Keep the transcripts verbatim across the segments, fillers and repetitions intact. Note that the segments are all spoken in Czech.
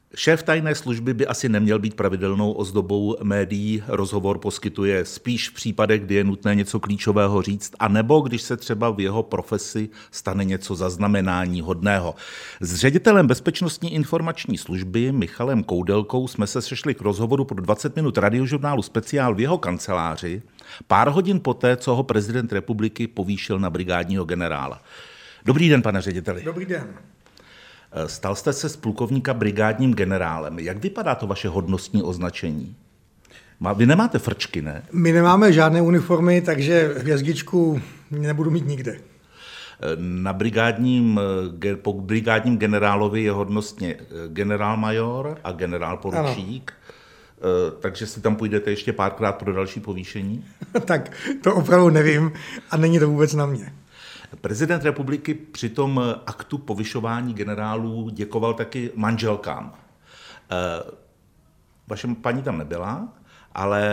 Šéf tajné služby by asi neměl být pravidelnou ozdobou médií, rozhovor poskytuje spíš v případech, kdy je nutné něco klíčového říct, anebo když se třeba v jeho profesi stane něco zaznamenání hodného. S ředitelem Bezpečnostní informační služby Michalem Koudelkou jsme se sešli k rozhovoru pro dvacet minut radiožurnálu Speciál v jeho kanceláři, pár hodin poté, co ho prezident republiky povýšil na brigádního generála. Dobrý den, pane řediteli. Dobrý den. Stal jste se z plukovníka brigádním generálem. Jak vypadá to vaše hodnostní označení? Vy nemáte frčky, ne? My nemáme žádné uniformy, takže hvězdičku nebudu mít nikde. Na brigádním, po brigádním generálovi je hodnostně generálmajor a generálporučík. Takže si tam půjdete ještě párkrát pro další povýšení? Tak to opravdu nevím a není to vůbec na mě. Prezident republiky při tom aktu povyšování generálů děkoval taky manželkám. Vaše paní tam nebyla, ale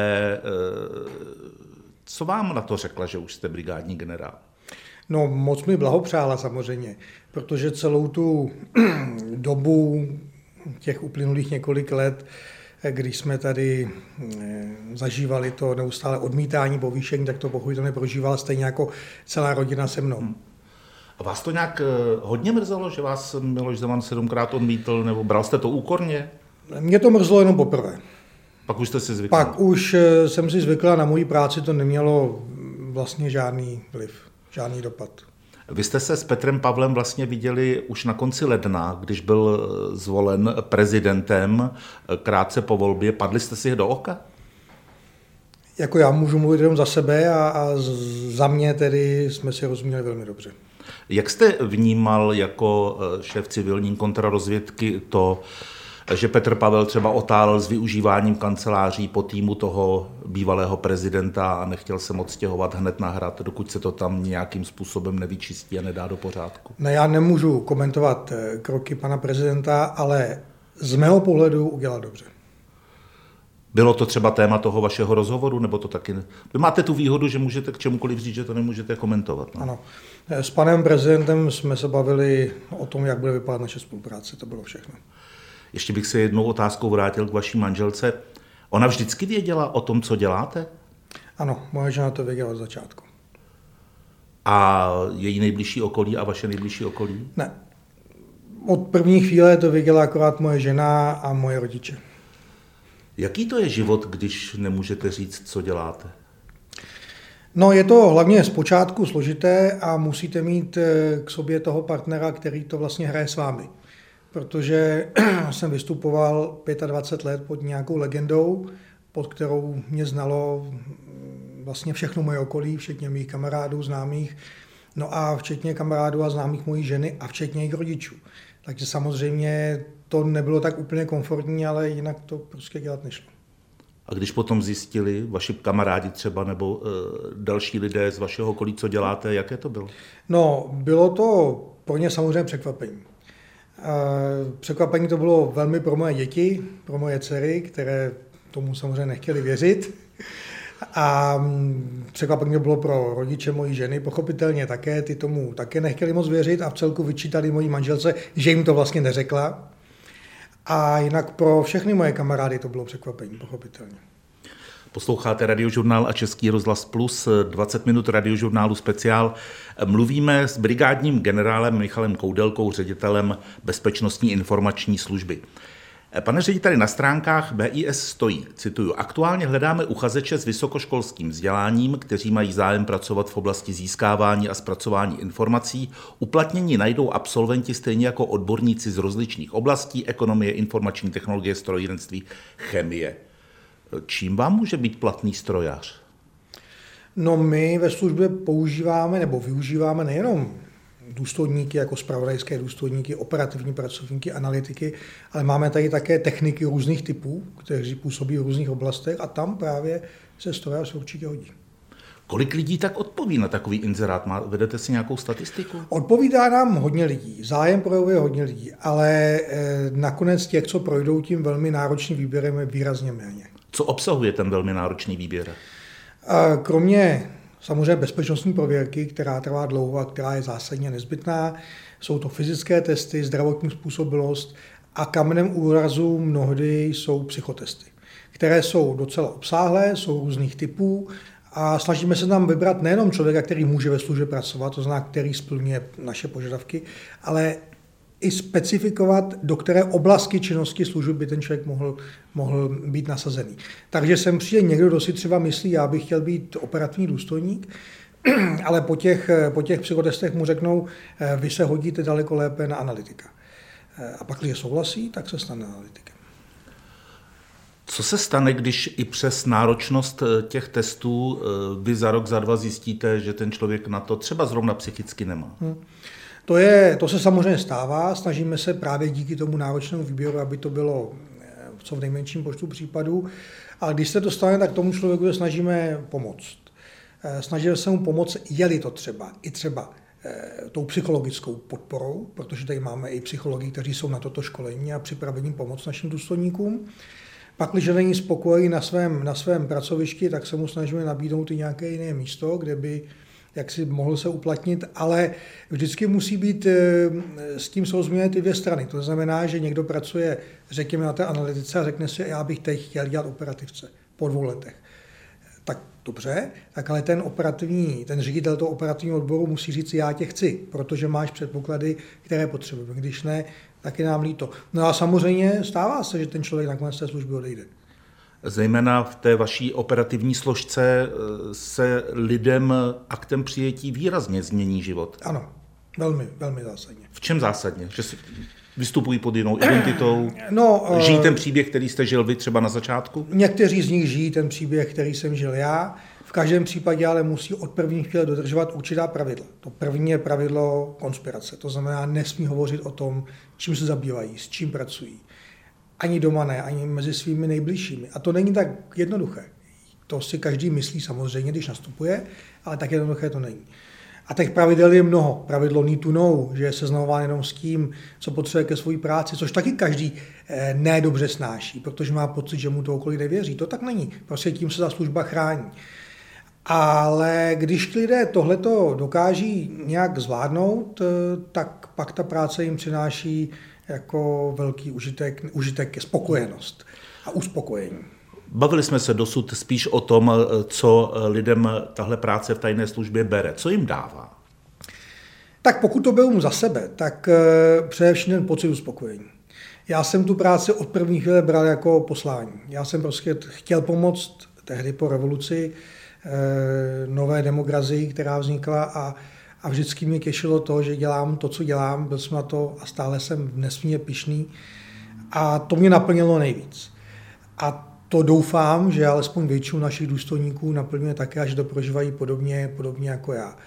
co vám na to řekla, že už jste brigádní generál? No moc mi blahopřála samozřejmě, protože celou tu dobu těch uplynulých několik let, když jsme tady zažívali to neustále odmítání povýšení, tak to pochopitelně prožívala stejně jako celá rodina se mnou. Hmm. A vás to nějak hodně mrzelo, že vás Miloš Zeman sedmkrát odmítl, nebo bral jste to úkorně? Mě to mrzelo jenom poprvé. Pak už jste si zvykl? Pak už jsem si zvykla, na moji práci to nemělo vlastně žádný vliv, žádný dopad. Vy jste se s Petrem Pavlem vlastně viděli už na konci ledna, když byl zvolen prezidentem krátce po volbě. Padli jste si je do oka? Jako já můžu mluvit jenom za sebe a, a za mě tedy jsme si rozuměli velmi dobře. Jak jste vnímal jako šéf civilní kontrarozvědky to, že Petr Pavel třeba otálel s využíváním kanceláří po týmu toho bývalého prezidenta a nechtěl se moc stěhovat hned na Hrad, dokud se to tam nějakým způsobem nevyčistí a nedá do pořádku? No já nemůžu komentovat kroky pana prezidenta, ale z mého pohledu udělal dobře. Bylo to třeba téma toho vašeho rozhovoru, nebo to taky ne? Vy máte tu výhodu, že můžete k čemukoliv říct, že to nemůžete komentovat. No? Ano. S panem prezidentem jsme se bavili o tom, jak bude vypadat naše spolupráce, to bylo všechno. Ještě bych se jednou otázkou vrátil k vaší manželce. Ona vždycky věděla o tom, co děláte? Ano, moje žena to věděla od začátku. A její nejbližší okolí a vaše nejbližší okolí? Ne. Od první chvíle to věděla akorát moje žena a moje rodiče. Jaký to je život, když nemůžete říct, co děláte? No je to hlavně zpočátku složité a musíte mít k sobě toho partnera, který to vlastně hraje s vámi. Protože jsem vystupoval dvacet pět let pod nějakou legendou, pod kterou mě znalo vlastně všechno moje okolí, včetně mých kamarádů, známých, no a včetně kamarádů a známých mojí ženy a včetně jejich rodičů. Takže samozřejmě to nebylo tak úplně komfortní, ale jinak to prostě dělat nešlo. A když potom zjistili vaši kamarádi třeba nebo e, další lidé z vašeho okolí, co děláte, jaké to bylo? No, bylo to pro ně samozřejmě překvapení. Překvapení to bylo velmi pro moje děti, pro moje dcery, které tomu samozřejmě nechtěli věřit. A překvapení to bylo pro rodiče mojí ženy, pochopitelně také, ty tomu také nechtěli moc věřit a v celku vyčítali mojí manželce, že jim to vlastně neřekla. A jinak pro všechny moje kamarády to bylo překvapení, pochopitelně. Posloucháte Radiožurnál a Český rozhlas Plus, dvacet minut radiožurnálu Speciál. Mluvíme s brigádním generálem Michalem Koudelkou, ředitelem Bezpečnostní informační služby. Pane řediteli, na stránkách B I S stojí, cituju, aktuálně hledáme uchazeče s vysokoškolským vzděláním, kteří mají zájem pracovat v oblasti získávání a zpracování informací. Uplatnění najdou absolventi stejně jako odborníci z rozličných oblastí, ekonomie, informační technologie, strojírenství, chemie. Čím vám může být platný strojař? No my ve službě používáme nebo využíváme nejenom důstojníky jako zpravodajské důstojníky, operativní pracovníky, analytiky, ale máme tady také techniky různých typů, kteří působí v různých oblastech a tam právě se strojař určitě hodí. Kolik lidí tak odpoví na takový inzerát? Vedete si nějakou statistiku? Odpovídá nám hodně lidí, zájem projevuje hodně lidí, ale eh, nakonec těch, co projdou tím velmi náročným výběrem, je výrazně méně. Co obsahuje ten velmi náročný výběr? A kromě samozřejmě bezpečnostní prověrky, která trvá dlouho a která je zásadně nezbytná, jsou to fyzické testy, zdravotní způsobilost a kamenem úrazu mnohdy jsou psychotesty, které jsou docela obsáhlé, jsou různých typů a snažíme se tam vybrat nejenom člověka, který může ve službě pracovat, to znamená, který splňuje naše požadavky, ale i specifikovat, do které oblasti činnosti služby by ten člověk mohl, mohl být nasazený. Takže sem přijde někdo, kdo si třeba myslí, já bych chtěl být operativní důstojník, ale po těch, po těch psychotestech mu řeknou, vy se hodíte daleko lépe na analytika. A pak, když souhlasí, tak se stane analytikem. Co se stane, když i přes náročnost těch testů vy za rok, za dva zjistíte, že ten člověk na to třeba zrovna psychicky nemá? Hmm. To, je, to se samozřejmě stává, snažíme se právě díky tomu náročnému výběru, aby to bylo v co v nejmenším počtu případů, ale když se to stane, tak tomu člověku se snažíme pomoct. Snažíme se mu pomoct, je-li to třeba, i třeba tou psychologickou podporou, protože tady máme i psychologi, kteří jsou na toto školení a připravení pomoct našim důstojníkům. Pak, když není spokojený na svém, na svém pracovišti, tak se mu snažíme nabídnout i nějaké jiné místo, kde by jak si mohl se uplatnit, ale vždycky musí být s tím souzměny ty dvě strany. To znamená, že někdo pracuje, řekněme, na té analytice a řekne si, já bych teď chtěl dělat operativce po dvou letech. Tak dobře, tak ale ten operativní, ten ředitel toho operativního odboru musí říct, já tě chci, protože máš předpoklady, které potřebujeme. Když ne, tak je nám líto. No a samozřejmě stává se, že ten člověk nakonec z té služby odejde. Zejména v té vaší operativní složce se lidem aktem přijetí výrazně změní život. Ano, velmi, velmi zásadně. V čem zásadně? Že si vystupují pod jinou identitou? No, žijí ten příběh, který jste žil vy třeba na začátku? Někteří z nich žijí ten příběh, který jsem žil já. V každém případě ale musí od první chvíle dodržovat určitá pravidla. To první je pravidlo konspirace. To znamená, nesmí hovořit o tom, čím se zabývají, s čím pracují. Ani doma ne, ani mezi svými nejbližšími. A to není tak jednoduché. To si každý myslí samozřejmě, když nastupuje, ale tak jednoduché to není. A těch pravidel je mnoho. Pravidlo need to know, že je seznamován jenom s tím, co potřebuje ke své práci, což taky každý eh, nedobře snáší, protože má pocit, že mu to okolí nevěří. To tak není. Prostě tím se ta služba chrání. Ale když lidé tohleto dokáží nějak zvládnout, tak pak ta práce jim přináší jako velký užitek, užitek je spokojenost a uspokojení. Bavili jsme se dosud spíš o tom, co lidem tahle práce v tajné službě bere. Co jim dává? Tak pokud to beru za sebe, tak především ten pocit uspokojení. Já jsem tu práci od první chvíle bral jako poslání. Já jsem prostě chtěl pomoct tehdy po revoluci nové demokracii, která vznikla a, a vždycky mě těšilo to, že dělám to, co dělám, byl jsem na to a stále jsem nesmírně pyšný a to mě naplnilo nejvíc. A to doufám, že alespoň většinu našich důstojníků naplňuje také a že to prožívají podobně, podobně jako já.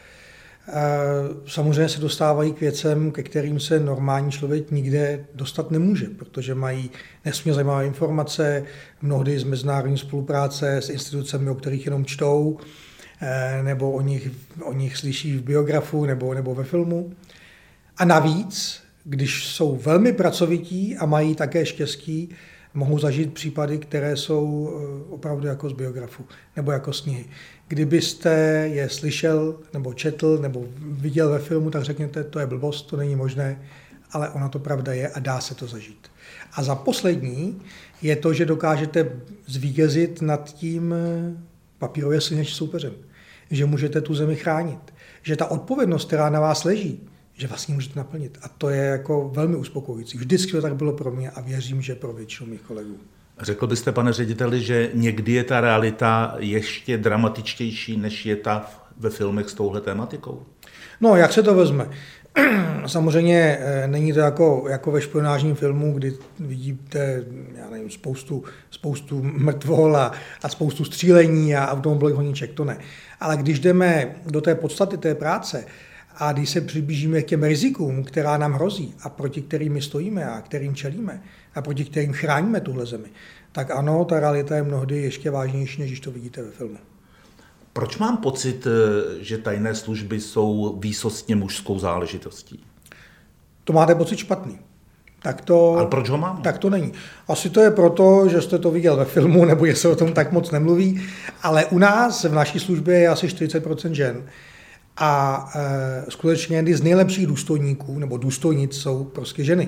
Samozřejmě se dostávají k věcem, ke kterým se normální člověk nikde dostat nemůže, protože mají nesmírně zajímavé informace, mnohdy z mezinárodní spolupráce s institucemi, o kterých jenom čtou, nebo o nich, o nich slyší v biografu nebo, nebo ve filmu. A navíc, když jsou velmi pracovití a mají také štěstí, mohou zažít případy, které jsou opravdu jako z biografu nebo jako z knihy. Kdybyste je slyšel nebo četl nebo viděl ve filmu, tak řekněte, to je blbost, to není možné, ale ona to pravda je a dá se to zažít. A za poslední je to, že dokážete zvítězit nad tím papírově silnějším soupeřem. Že můžete tu zemi chránit. Že ta odpovědnost, která na vás leží, že vlastně můžete naplnit. A to je jako velmi uspokojující. Vždycky to tak bylo pro mě a věřím, že pro většinu mých kolegů. Řekl byste, pane řediteli, že někdy je ta realita ještě dramatičtější, než je ta ve filmech s touhle tématikou? No, jak se to vezme? Samozřejmě není to jako, jako ve špionážním filmu, kdy vidíte, já nevím, spoustu, spoustu mrtvol a, a spoustu střílení a automobilových honíček, to ne. Ale když jdeme do té podstaty té práce, a když se přiblížíme k těm rizikům, která nám hrozí a proti kterým my stojíme a kterým čelíme a proti kterým chráníme tuhle zemi, tak ano, ta realita je mnohdy ještě vážnější, než když to vidíte ve filmu. Proč mám pocit, že tajné služby jsou výsostně mužskou záležitostí? To máte pocit špatný. Tak to, Ale proč ho mám? Tak to není. Asi to je proto, že jste to viděl ve filmu, nebo že se o tom tak moc nemluví, ale u nás v naší službě je asi čtyřicet procent žen. A e, skutečně jedny z nejlepších důstojníků nebo důstojnic jsou prostě ženy.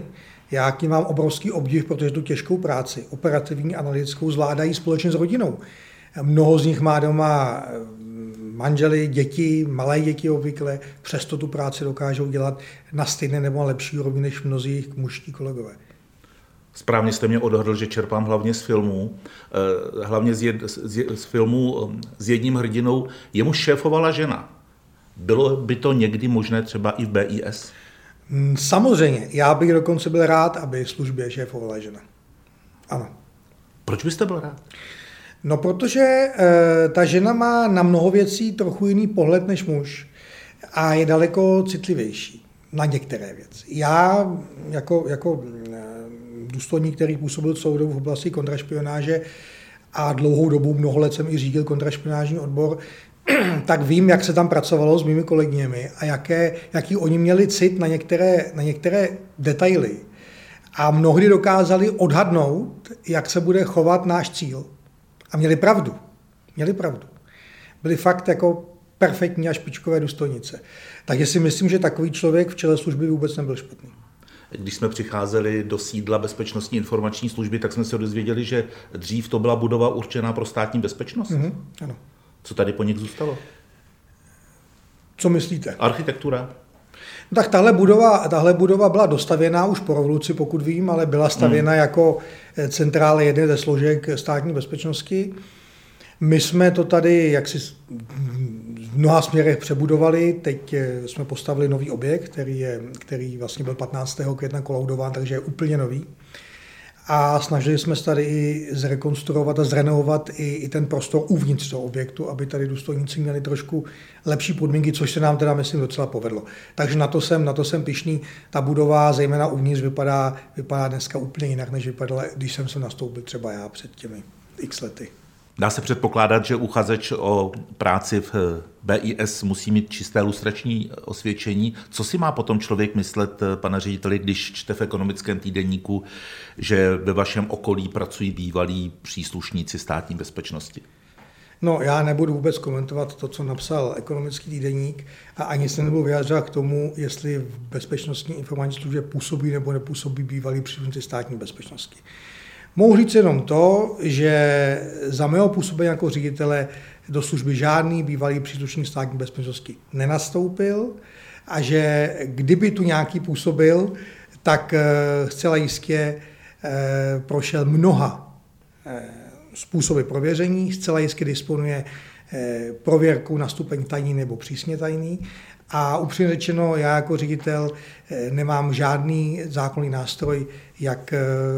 Já k nim mám obrovský obdiv, protože tu těžkou práci, operativní, analytickou, zvládají společně s rodinou. Mnoho z nich má doma manžely, děti, malé děti obvykle, přesto tu práci dokážou dělat na stejné nebo lepší úrovni než mnozí jejich mužští kolegové. Správně jste mě odhadl, že čerpám hlavně z filmů, hlavně z, jed, z, z filmů s jedním hrdinou. Jemu šéfovala žena. Bylo by to někdy možné třeba i v B I S? Samozřejmě. Já bych dokonce byl rád, aby službě šéfovala žena. Ano. Proč byste byl rád? No, protože e, ta žena má na mnoho věcí trochu jiný pohled než muž a je daleko citlivější na některé věci. Já jako, jako důstojník, který působil celou dobu v oblasti kontrašpionáže a dlouhou dobu, mnoho let jsem i řídil kontrašpionážní odbor, tak vím, jak se tam pracovalo s mými kolegyněmi a jaké, jaký oni měli cit na některé, na některé detaily. A mnohdy dokázali odhadnout, jak se bude chovat náš cíl. A měli pravdu. Měli pravdu. Byli fakt jako perfektní a špičkové důstojnice. Takže si myslím, že takový člověk v čele služby vůbec nebyl špatný. Když jsme přicházeli do sídla Bezpečnostní informační služby, tak jsme se dozvěděli, že dřív to byla budova určená pro státní bezpečnost. Mm-hmm, ano. Co tady po nich zůstalo? Co myslíte? Architektura. No tak tahle budova, tahle budova byla dostavěná už po revoluci, pokud vím, ale byla stavěna hmm. jako centrála jedné ze složek státní bezpečnosti. My jsme to tady jaksi v mnoha směrech přebudovali. Teď jsme postavili nový objekt, který, je, který vlastně byl patnáctého května kolaudován, takže je úplně nový. A snažili jsme se tady i zrekonstruovat a zrenovovat i, i ten prostor uvnitř toho objektu, aby tady důstojníci měli trošku lepší podmínky, což se nám teda, myslím, docela povedlo. Takže na to jsem, na to jsem pyšný. Ta budova, zejména uvnitř, vypadá, vypadá dneska úplně jinak, než vypadala, když jsem se nastoupil třeba já před těmi x lety. Dá se předpokládat, že uchazeč o práci v B I S musí mít čisté lustrační osvědčení. Co si má potom člověk myslet, pane řediteli, když čte v ekonomickém týdeníku, že ve vašem okolí pracují bývalí příslušníci státní bezpečnosti? No, já nebudu vůbec komentovat to, co napsal ekonomický týdeník a ani se nebudu vyjádřovat k tomu, jestli v Bezpečnostní informační službě působí nebo nepůsobí bývalí příslušníci státní bezpečnosti. Mohu říct jenom to, že za mého působení jako ředitele do služby žádný bývalý příslušník státní bezpečnosti nenastoupil a že kdyby tu nějaký působil, tak zcela jistě prošel mnoha způsoby prověření, zcela jistě disponuje prověrkou na stupeň tajný nebo přísně tajný a upřímně řečeno, já jako ředitel nemám žádný zákonný nástroj, jak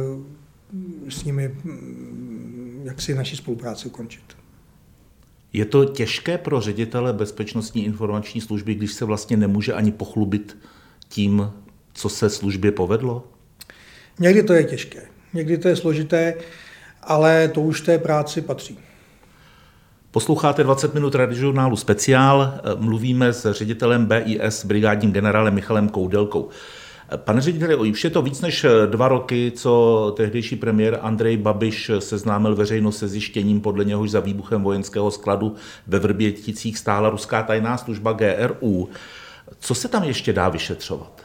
s nimi, jak si naši spolupráci ukončit. Je to těžké pro ředitele Bezpečnostní informační služby, když se vlastně nemůže ani pochlubit tím, co se službě povedlo? Někdy to je těžké, někdy to je složité, ale to už té práci patří. Posloucháte dvacet minut radiožurnálu Speciál. Mluvíme s ředitelem B I S, brigádním generálem Michalem Koudelkou. Pane řediteli, už je to víc než dva roky, co tehdejší premiér Andrej Babiš seznámil veřejnost se zjištěním, podle něhož za výbuchem vojenského skladu ve Vrběticích stála ruská tajná služba G R U. Co se tam ještě dá vyšetřovat?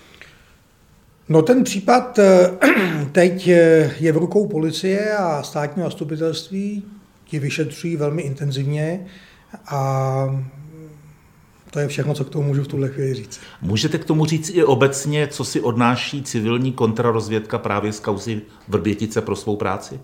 No ten případ teď je v rukou policie a státního zastupitelství, ti vyšetřují velmi intenzivně a to je všechno, co k tomu můžu v tuhle chvíli říct. Můžete k tomu říct i obecně, co si odnáší civilní kontrarozvědka právě z kauzy Vrbětice pro svou práci?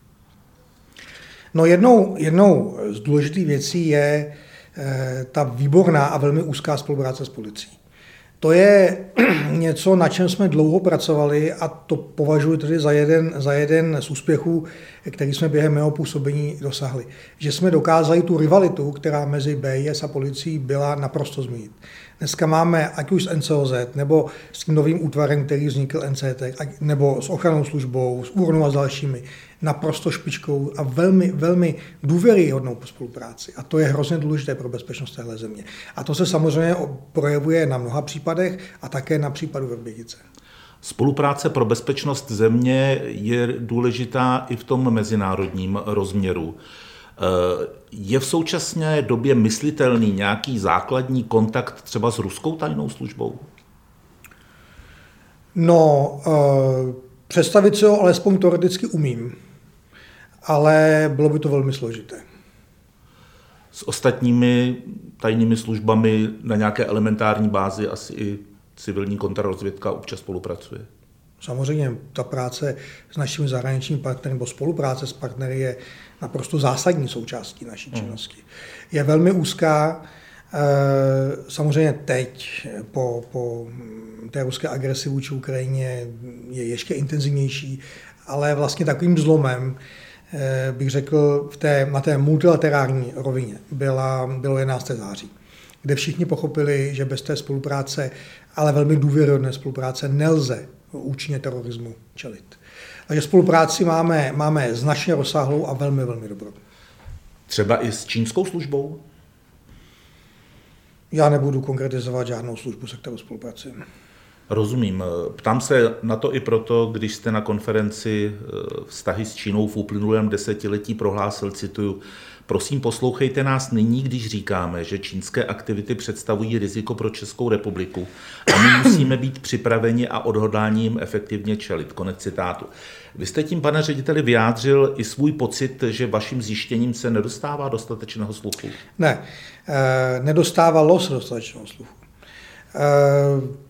No jednou, jednou z důležitých věcí je eh, ta výborná a velmi úzká spolupráce s policií. To je něco, na čem jsme dlouho pracovali a to považuji tedy za jeden, za jeden z úspěchů, který jsme během mého působení dosahli. Že jsme dokázali tu rivalitu, která mezi B I S a policií byla, naprosto zmínit. Dneska máme, ať už s N C O Z, nebo s tím novým útvarem, který vznikl N C T, nebo s ochrannou službou, s úrnou a s dalšími, naprosto špičkou a velmi, velmi důvěryhodnou spolupráci. A to je hrozně důležité pro bezpečnost téhle země. A to se samozřejmě projevuje na mnoha případech a také na případu Vrbětice. Spolupráce pro bezpečnost země je důležitá i v tom mezinárodním rozměru. Je v současné době myslitelný nějaký základní kontakt třeba s ruskou tajnou službou? No, uh, představit si ho alespoň teoreticky umím, ale bylo by to velmi složité. S ostatními tajnými službami na nějaké elementární bázi asi i civilní kontrarozvědka občas spolupracuje? Samozřejmě ta práce s našimi zahraničními partnery nebo spolupráce s partnery je naprosto zásadní součástí naší činnosti. Je velmi úzká, samozřejmě teď po, po té ruské agresi vůči Ukrajině je ještě intenzivnější, ale vlastně takovým zlomem bych řekl v té, na té multilaterální rovině byla, bylo jedenáctého září, kde všichni pochopili, že bez té spolupráce, ale velmi důvěryhodné spolupráce, nelze účinně terorismu čelit. Takže spolupráci máme, máme značně rozsáhlou a velmi, velmi dobrou. Třeba i s čínskou službou? Já nebudu konkretizovat žádnou službu, se kterou spolupracujeme. Rozumím. Ptám se na to i proto, když jste na konferenci Vztahy s Čínou v uplynulém desetiletí prohlásil, cituju, prosím, poslouchejte nás nyní, když říkáme, že čínské aktivity představují riziko pro Českou republiku a my musíme být připraveni a odhodláni jim efektivně čelit. Konec citátu. Vy jste tím, pane řediteli, vyjádřil i svůj pocit, že vaším zjištěním se nedostává dostatečného sluchu? Ne, e, nedostávalo se dostatečného sluchu. E,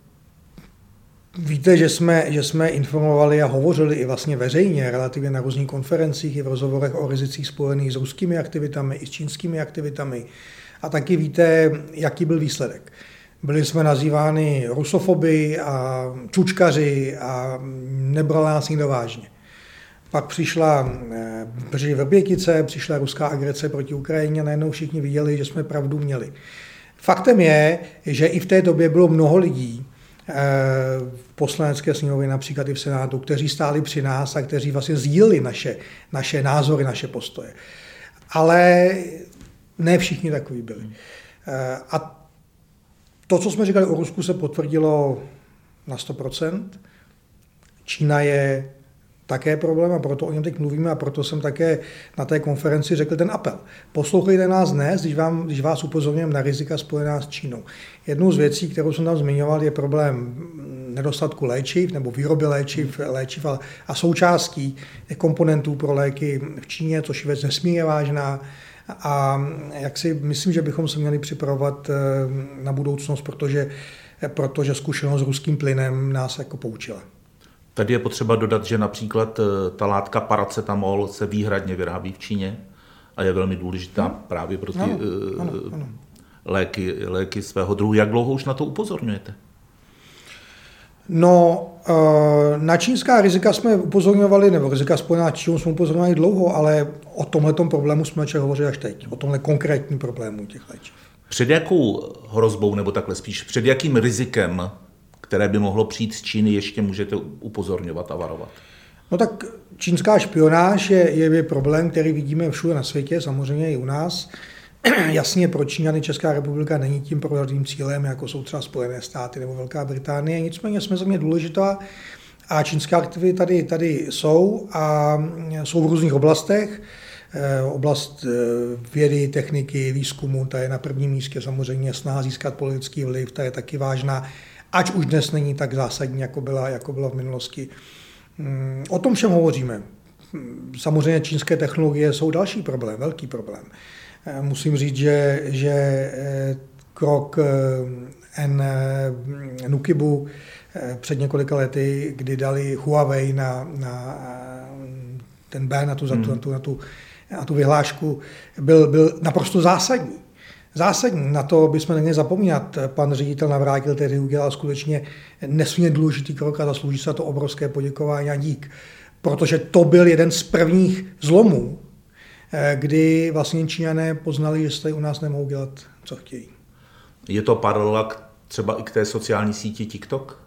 Víte, že jsme, že jsme informovali a hovořili i vlastně veřejně relativně na různých konferencích i v rozhovorech o rizicích spojených s ruskými aktivitami i s čínskými aktivitami. A taky víte, jaký byl výsledek. Byli jsme nazýváni rusofoby a čučkaři a nebral nás nikdo vážně. Pak přišla brzy Vrbětice, přišla ruská agrese proti Ukrajině a najednou všichni viděli, že jsme pravdu měli. Faktem je, že i v té době bylo mnoho lidí, v poslanecké sněmovně, například i v Senátu, kteří stáli při nás a kteří vlastně sdíleli naše, naše názory, naše postoje. Ale ne všichni takoví byli. A to, co jsme říkali o Rusku, se potvrdilo na sto procent. Čína je také problém a proto o něm teď mluvíme a proto jsem také na té konferenci řekl ten apel. Poslouchejte nás dnes, když, vám, když vás upozorňujeme na rizika spojená s Čínou. Jednou z věcí, kterou jsem tam zmiňoval, je problém nedostatku léčiv nebo výroby léčiv, léčiv a, a součástí komponentů pro léky v Číně, což je věc nesmírně vážná. A jak si myslím, že bychom se měli připravovat na budoucnost, protože, protože zkušenost s ruským plynem nás jako poučila. Tady je potřeba dodat, že například ta látka paracetamol se výhradně vyrábí v Číně a je velmi důležitá no. právě pro ty ano, ano, ano. Léky, léky svého druhu. Jak dlouho už na to upozorňujete? No, na čínská rizika jsme upozorňovali, nebo rizika spojená s Čínou jsme upozorňovali dlouho, ale o tomhletom problému jsme začali hovořit až teď, o tomhle konkrétním problému těch léčiv. Před jakou hrozbou, nebo takhle spíš, před jakým rizikem, které by mohlo přijít z Číny, ještě můžete upozorňovat a varovat? No tak čínská špionáž je, je problém, který vidíme všude na světě, samozřejmě i u nás. Jasně pro Číňany Česká republika není tím prohledným cílem, jako jsou třeba Spojené státy nebo Velká Británie, nicméně jsme země důležitá a čínské aktivity tady, tady jsou a jsou v různých oblastech. Oblast vědy, techniky, výzkumu, ta je na prvním místě, samozřejmě snaha získat politický vliv, ta je taky vážná, ač už dnes není tak zásadní, jako byla, jako byla v minulosti. O tom všem hovoříme. Samozřejmě čínské technologie jsou další problém, velký problém. Musím říct, že, že krok N Nukibu před několika lety, kdy dali Huawei na, na ten ban, na tu, hmm. na tu, na tu, na tu vyhlášku, byl, byl naprosto zásadní. Zásadní, na to bychom neměli zapomínat. Pan ředitel Navrátil tedy udělal skutečně nesmírně důležitý krok a zaslouží se to obrovské poděkování a dík. Protože to byl jeden z prvních zlomů, kdy vlastně Číňané poznali, že se u nás nemohou dělat, co chtějí. Je to paralela třeba i k té sociální síti TikTok?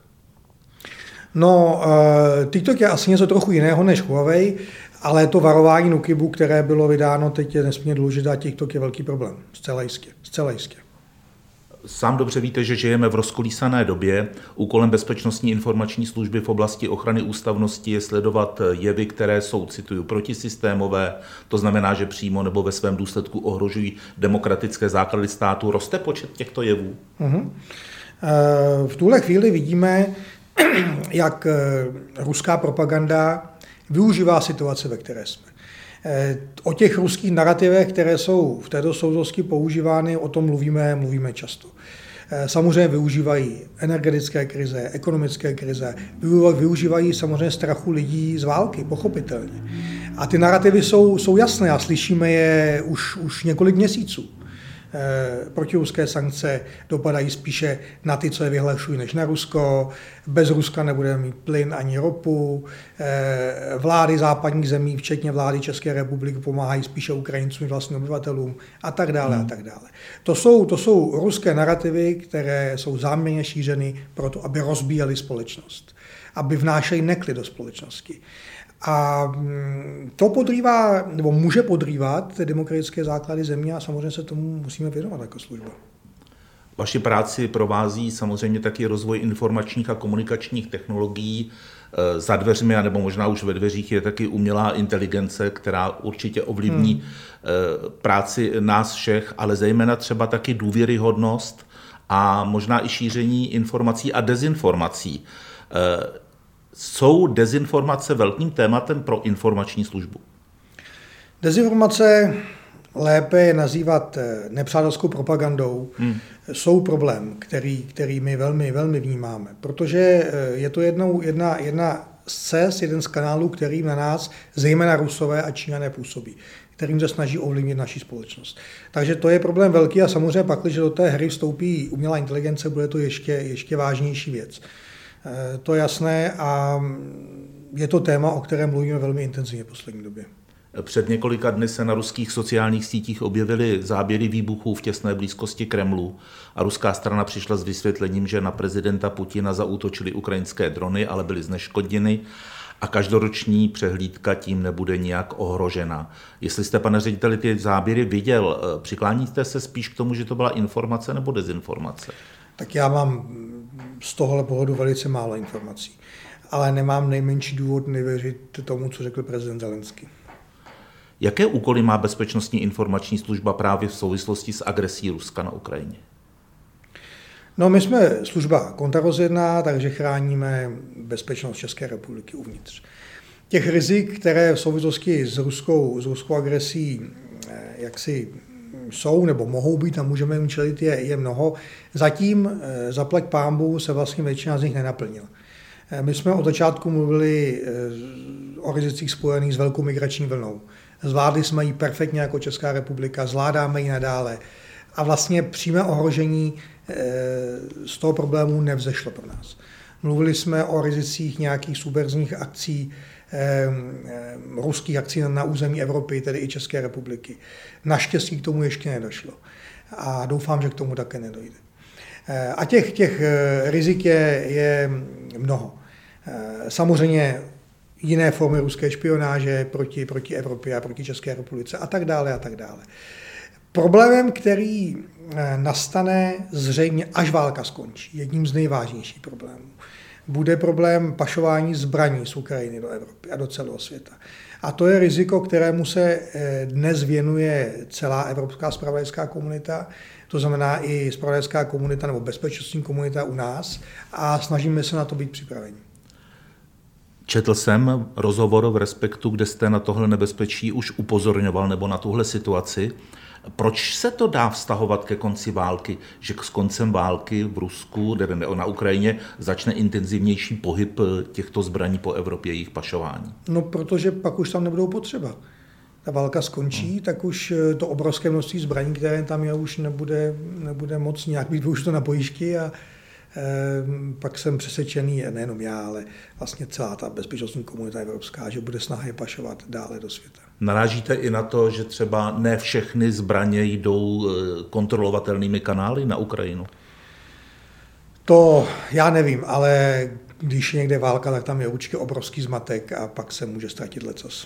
No, uh, TikTok je asi něco trochu jiného než Huawei, ale to varování Nukibu, které bylo vydáno, teď je nesmírně důležité a TikTok je velký problém. Zcela jistě. Zcela jistě. Sám dobře víte, že žijeme v rozkolísané době. Úkolem Bezpečnostní informační služby v oblasti ochrany ústavnosti je sledovat jevy, které jsou, cituju, protisystémové, to znamená, že přímo nebo ve svém důsledku ohrožují demokratické základy státu. Roste počet těchto jevů? Uh-huh. V tuhle chvíli vidíme, jak ruská propaganda využívá situace, ve které jsme. O těch ruských narrativech, které jsou v této souvislosti používány, o tom mluvíme, mluvíme často. Samozřejmě využívají energetické krize, ekonomické krize, využívají samozřejmě strachu lidí z války, pochopitelně. A ty narrativy jsou, jsou jasné a slyšíme je už, už několik měsíců. Protiruské sankce dopadají spíše na ty, co je vyhlašují, než na Rusko. Bez Ruska nebudeme mít plyn ani ropu. Vlády západních zemí, včetně vlády České republiky, pomáhají spíše Ukrajincům, vlastním obyvatelům a tak dále a tak dále. To jsou, to jsou ruské narrativy, které jsou záměrně šířeny proto, aby rozbíjely společnost, aby vnášely neklid do společnosti. A to podrývá, nebo může podrývat demokratické základy země a samozřejmě se tomu musíme věnovat jako služba. Vaši práci provází samozřejmě taky rozvoj informačních a komunikačních technologií. Za dveřmi, nebo možná už ve dveřích, je taky umělá inteligence, která určitě ovlivní hmm. práci nás všech, ale zejména třeba taky důvěryhodnost a možná i šíření informací a dezinformací. Jsou dezinformace velkým tématem pro informační službu? Dezinformace, lépe je nazývat nepřátelskou propagandou, hmm. jsou problém, který, který my velmi, velmi vnímáme, protože je to jednou, jedna, jedna z cest, jeden z kanálů, kterým na nás zejména Rusové a Číňané působí, kterým se snaží ovlivnit naši společnost. Takže to je problém velký a samozřejmě pak, když do té hry vstoupí umělá inteligence, bude to ještě, ještě vážnější věc. To je jasné a je to téma, o kterém mluvíme velmi intenzivně v poslední době. Před několika dny se na ruských sociálních sítích objevily záběry výbuchů v těsné blízkosti Kremlu a ruská strana přišla s vysvětlením, že na prezidenta Putina zaútočily ukrajinské drony, ale byly zneškoděny a každoroční přehlídka tím nebude nijak ohrožena. Jestli jste, pane řediteli, ty záběry viděl, přikláníte se spíš k tomu, že to byla informace nebo dezinformace? Tak já mám z tohohle pohledu velice málo informací, ale nemám nejmenší důvod nevěřit tomu, co řekl prezident Zelenský. Jaké úkoly má Bezpečnostní informační služba právě v souvislosti s agresí Ruska na Ukrajině? No, my jsme služba kontrarozvědná, takže chráníme bezpečnost České republiky uvnitř. Těch rizik, které v souvislosti s ruskou, s ruskou agresí jaksi jsou nebo mohou být a můžeme jim čelit, je, je mnoho. Zatím zaplať pánbů se vlastně většina z nich nenaplnila. My jsme od začátku mluvili o rizicích spojených s velkou migrační vlnou. Zvládli jsme ji perfektně jako Česká republika, zvládáme ji nadále. A vlastně přímé ohrožení z toho problému nevzešlo pro nás. Mluvili jsme o rizicích nějakých subverzních akcí, ruských akcí na území Evropy, tedy i České republiky. Naštěstí k tomu ještě nedošlo. A doufám, že k tomu také nedojde. A těch, těch rizik je, je mnoho. Samozřejmě jiné formy ruské špionáže proti, proti Evropě a proti České republice a tak dále a tak dále. Problémem, který nastane zřejmě, až válka skončí, jedním z nejvážnějších problémů, bude problém pašování zbraní z Ukrajiny do Evropy a do celého světa. A to je riziko, kterému se dnes věnuje celá evropská zpravodajská komunita, to znamená i zpravodajská komunita nebo bezpečnostní komunita u nás a snažíme se na to být připraveni. Četl jsem rozhovor v Respektu, kde jste na tohle nebezpečí už upozorňoval nebo na tuhle situaci. Proč se to dá vztahovat ke konci války, že s koncem války v Rusku, nebo na Ukrajině, začne intenzivnější pohyb těchto zbraní po Evropě, jejich pašování? No, protože pak už tam nebudou potřeba. Ta válka skončí, hmm. tak už to obrovské množství zbraní, které tam je, už nebude, nebude moc nějak být využito na bojišti a e, pak jsem přesvědčený, nejenom já, ale vlastně celá ta bezpečnostní komunita evropská, že bude snaha je pašovat dále do světa. Narážíte i na to, že třeba ne všechny zbraně jdou kontrolovatelnými kanály na Ukrajinu? To já nevím, ale když je někde válka, tak tam je určitě obrovský zmatek a pak se může ztratit lecos.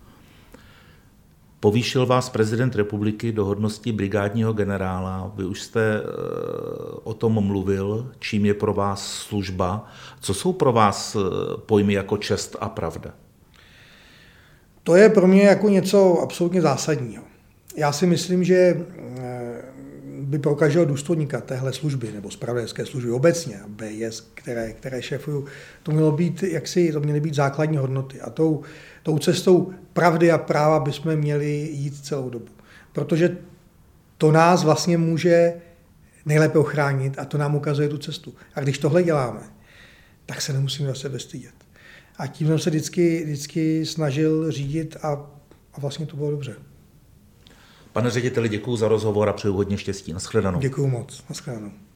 Povýšil vás prezident republiky do hodnosti brigádního generála. Vy už jste o tom mluvil, čím je pro vás služba. Co jsou pro vás pojmy jako čest a pravda? To je pro mě jako něco absolutně zásadního. Já si myslím, že by pro každého důstojníka téhle služby nebo zpravodajské služby obecně, B I S, které, které šéfuju, to mělo být, jaksi, to měly být základní hodnoty. A tou, tou cestou pravdy a práva bychom měli jít celou dobu. Protože to nás vlastně může nejlépe ochránit a to nám ukazuje tu cestu. A když tohle děláme, tak se nemusíme za sebe stydět. A tím jsem se vždycky, vždycky snažil řídit a, a vlastně to bylo dobře. Pane řediteli, děkuji za rozhovor a přeju hodně štěstí. Nashledanou. Děkuji moc. Nashledanou.